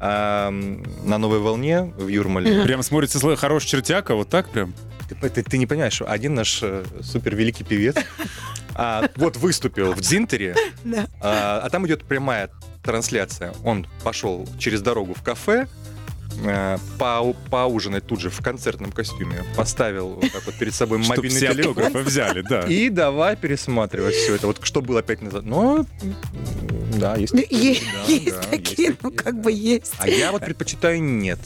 на Новой волне в Юрмале. Прям смотрится хороший чертяка, вот так прям. Ты не понимаешь, что один наш супер великий певец вот выступил в Дзинтере, Да. а там идет прямая трансляция. Он пошел через дорогу в кафе, поужинать тут же в концертном костюме, поставил вот так вот перед собой Чтоб мобильный все телефон автографы взяли, да. и давай пересматривать все это. Вот что было 5 назад. Ну, да, есть такие. Есть такие, как бы есть. А я вот предпочитаю нет.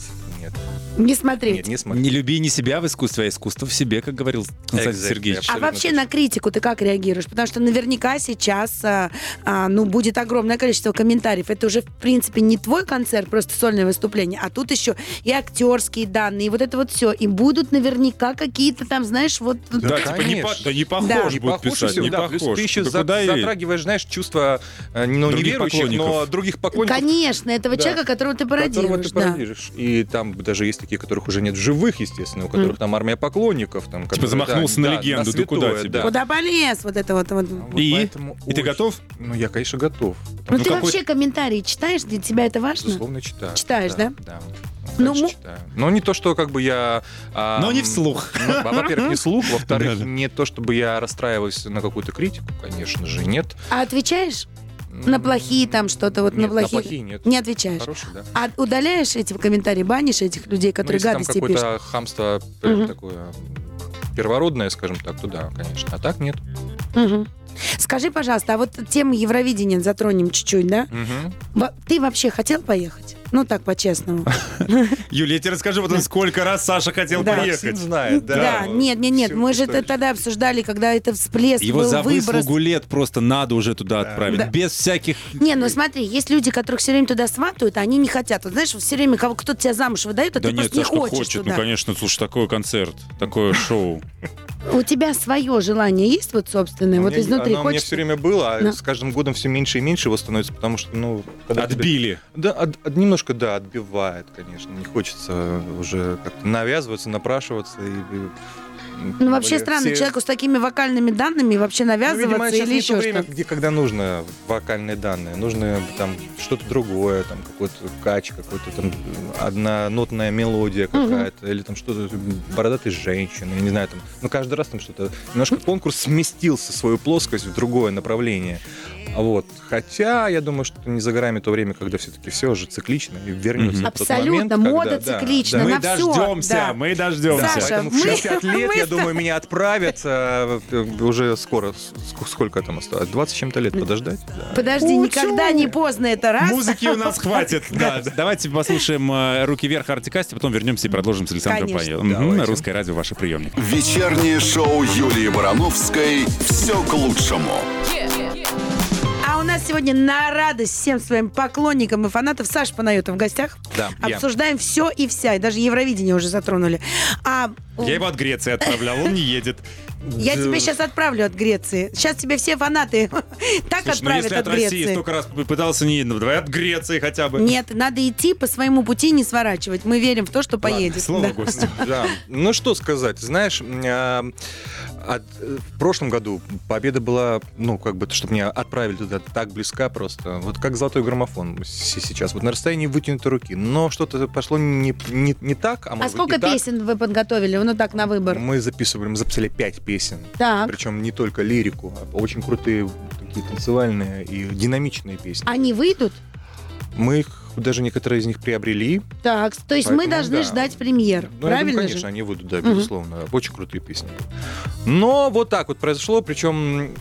Не смотреть. Нет, не смотреть. Не люби не себя в искусстве, а искусство в себе, как говорил Константин Exactly, Сергеевич. А абсолютно вообще точно. на критику ты как реагируешь? Потому что наверняка сейчас будет огромное количество комментариев. Это уже, в принципе, не твой концерт, просто сольное выступление, а тут еще и актерские данные, и вот это вот все. И будут наверняка какие-то там, знаешь, вот... Да, типа конечно. не похож Да. будут похож, и писать, всё, не да, плюс похож. ты еще Да куда и- затрагиваешь, знаешь, чувства, не Других верующих, но поклонников. других поклонников. Конечно, этого Да. человека, которого ты Которого пародируешь. ты да. пародируешь. И там даже есть такие, которых уже нет в живых, естественно, у которых там армия поклонников. Там, которые, замахнулся на да, легенду, да святое, куда тебя? да. Куда полез вот это вот. Вот И? поэтому И ты очень- готов? Ну, я, конечно, готов. Ну, Ну, ты какой- вообще комментарии читаешь? Для тебя это важно? Безусловно, читаю. Читаешь, да? Да. Ну, Конечно, читаю. Но не то, что как бы я... Но не вслух. Во-первых, не вслух. Во-вторых, Да-да. не то, чтобы я расстраиваюсь на какую-то критику, конечно же, нет. А отвечаешь? На плохие там что-то, вот Нет, на плохие? нет. Не отвечаешь. Хороший, да. А удаляешь эти комментарии, банишь этих людей, которые Если там гадости пишут? какое-то хамство такое первородное, скажем так, то да, конечно. А так нет. Мгм. Скажи, пожалуйста, а вот тему Евровидения затронем чуть-чуть, да? Ты вообще хотел поехать? Ну, так, по-честному. Юля, я тебе расскажу потом, сколько раз Саша хотел Да. поехать. Максим знает, да. Да, нет, Всю мы же это историю. тогда обсуждали, когда это всплеск Его был, за выброс. выслугу лет просто надо уже туда отправить. Да. Без всяких... Не, ну смотри, есть люди, которых все время туда сватают, а они не хотят. Вот знаешь, все время кто-то тебя замуж выдает, а Да ты нет, просто не Сашка хочешь хочет. туда. Ну, конечно, слушай, такой концерт, такое шоу. У тебя свое желание есть вот собственное, вот изнутри Оно у меня хочется? все время было, а Да. с каждым годом все меньше и меньше его становится, потому что, ну... когда тебе- Отбили. Да, немножко, да, отбивает, конечно. Не хочется уже как-то навязываться, напрашиваться. Ну, вообще странно, человеку с такими вокальными данными вообще навязываться видимо, сейчас или не то еще время, что-то. когда нужно вокальные данные. Нужно там что-то другое, там какой-то кач, какой-то там однонотная мелодия какая-то, или там что-то бородатые женщины, я не знаю, там, ну каждый раз там что-то. Немножко конкурс сместился свою плоскость в другое направление. Вот. Хотя, я думаю, что не за горами то время, когда все-таки все уже циклично и вернется тот Абсолютно, момент, мода когда- циклична, да. на Мы всё, дождемся, да. мы дождемся. Саша, Поэтому в мы- 60 лет, мы я с- думаю, меня отправят уже скоро. Сколько там осталось? 20 с чем-то лет подождать? Да. Подожди, никогда не поздно, это раз. Музыки у нас хватит. Да, давайте послушаем «Руки вверх» Артикасти, потом вернемся и продолжим с Александром Конечно. Панеловым. Давайте. На Русское радио «Ваши приемники». Вечернее шоу Юлии Барановской «Все к лучшему». А у нас сегодня на радость всем своим поклонникам и фанатам Саша Панайотов в гостях. Да, я. Обсуждаем все и вся, и даже Евровидение уже затронули. А, Я его от Греции отправлял, он не едет. я тебя сейчас отправлю от Греции. Сейчас тебе все фанаты так Слушай, отправят если от от России Греции. столько раз пытался не едет, давай от Греции хотя бы. Нет, надо идти по своему пути, не сворачивать. Мы верим в то, что поедет. Слово Да. гостю. Да. Ну что сказать, знаешь, в прошлом году победа была, ну, как бы, чтобы меня отправили туда так близка просто. Вот как золотой граммофон сейчас. Вот на расстоянии вытянутой руки. Но что-то пошло не так, а А может сколько быть, не песен вы подготовили? Ну так, на так. выбор. Мы записали 5 песен. Так. Причем не только лирику, а очень крутые такие танцевальные и динамичные песни. Они выйдут? Мы их, даже некоторые из них приобрели. Так, то есть мы Поэтому должны да. ждать премьер. Ну, я Правильно думаю, конечно, же? они выйдут, да, безусловно. Очень крутые песни. Но вот так вот произошло, причем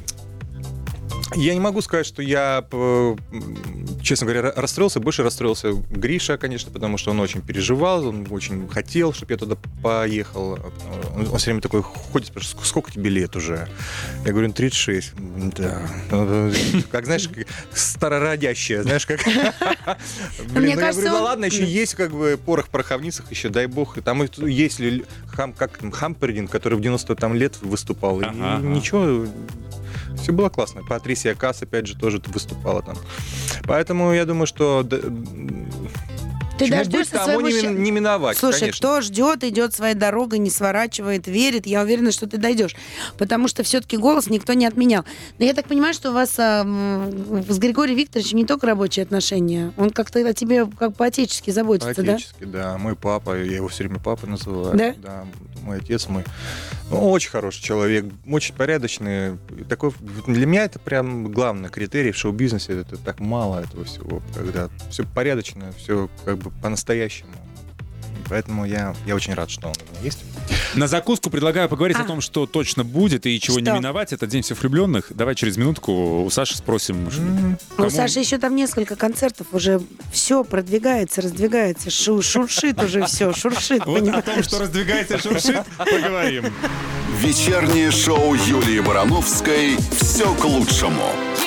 я не могу сказать, что я, честно говоря, расстроился. Больше расстроился Гриша, конечно, потому что он очень переживал, он очень хотел, чтобы я туда поехал. Он все время такой ходит, спрашивает, сколько тебе лет уже? Я говорю, 36. Да. Как, знаешь, как старородящая, знаешь, как... Мне Я кажется, говорю, да он- ладно, еще есть как бы порох в пороховницах, еще, дай бог. И там есть Хампердин, который в 90 там лет выступал. И Ага. ничего... Все было классно. Патрисия Касс, опять же, тоже выступала там. Поэтому я думаю, что... Ты чему быть, дождешься тому своего не миновать, Слушай, конечно. кто ждет, идет своей дорогой, не сворачивает, верит, я уверена, что ты дойдешь. Потому что все-таки голос никто не отменял. Но я так понимаю, что у вас с Григорием Викторовичем не только рабочие отношения. Он как-то о тебе как по-отечески заботится, да? По-отечески, да. Мой папа, я его все время папой называю. Да? Мой отец мой. Ну, очень хороший человек, очень порядочный. Такой, для меня это прям главный критерий в шоу-бизнесе. Это так мало этого всего, когда все порядочно, все как бы по-настоящему. Поэтому я очень рад, что он у меня есть. На закуску предлагаю поговорить о том, что точно будет и чего не Что? миновать. Это День всех влюбленных. Давай через минутку у Саши спросим. У кому- Саши еще там несколько концертов, уже все продвигается, раздвигается, шуршит уже все, шуршит, Вот о понимаешь? том, что раздвигается и шуршит, поговорим. Вечернее шоу Юлии Барановской «Все к лучшему».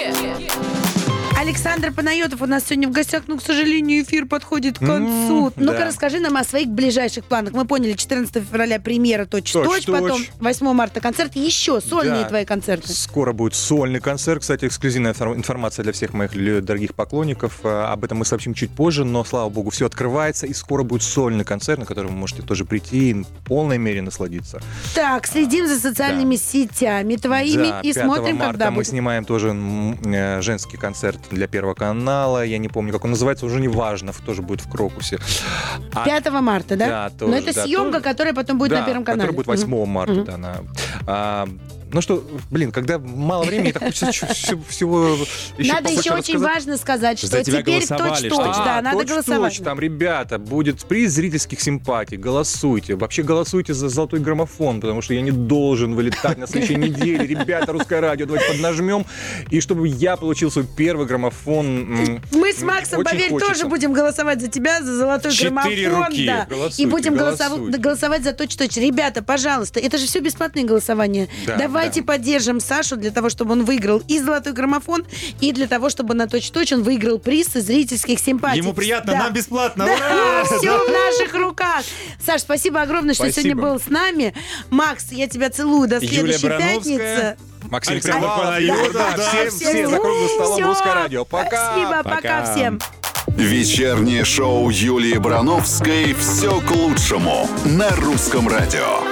Александр Панайотов у нас сегодня в гостях, но, к сожалению, эфир подходит к концу. Ну-ка, да. расскажи нам о своих ближайших планах. Мы поняли, 14 февраля премьера «Точь-в-точь», «Точь-в-точь». потом 8 марта концерт. Еще сольные Да. твои концерты. Скоро будет сольный концерт. Кстати, эксклюзивная информация для всех моих дорогих поклонников. Об этом мы сообщим чуть позже, но, слава богу, все открывается. И скоро будет сольный концерт, на который вы можете тоже прийти и в полной мере насладиться. Так, следим за социальными сетями твоими Да, и 5 смотрим, марта когда мы будет. снимаем тоже женский концерт для Первого канала. Я не помню, как он называется, уже не важно, тоже будет в Крокусе. 5 марта, да? Да, тоже, Но это да, съемка, тоже. которая потом будет на Первом канале. который будет 8 марта, Мгм. да. Ну что, блин, когда мало времени, так хочется всего еще Надо еще очень важно сказать, что За тебя теперь голосовали, точь-точь, что- да, надо голосовать. Там, ребята, будет приз зрительских симпатий. Голосуйте. Вообще голосуйте за золотой граммофон, потому что я не должен вылетать на следующей неделе. Ребята, Русское радио, давайте поднажмем. И чтобы я получил свой первый граммофон. Мы с Максом, Очень поверь, хочется. тоже будем голосовать за тебя, за золотой 4 граммофон. руки. Да. Голосуйте, И будем голосуйте. голосовать за точь-точь. Ребята, пожалуйста, это же все бесплатные голосования. Да, Давайте да. поддержим Сашу для того, чтобы он выиграл и золотой граммофон, и для того, чтобы на точь-точь он выиграл приз из зрительских симпатий. Ему приятно, Да. нам бесплатно. Да, Ура! все в наших руках. Саш, спасибо огромное, что Спасибо. сегодня был с нами. Макс, я тебя целую до Юлия следующей Барановская. пятницы. Максим Александр Привалов. Панайотов, Да, да, всем всем за круглым столом всё. Русское радио. Пока. Спасибо, Пока. пока всем. Вечернее шоу Юлии Барановской «Все к лучшему» на Русском радио.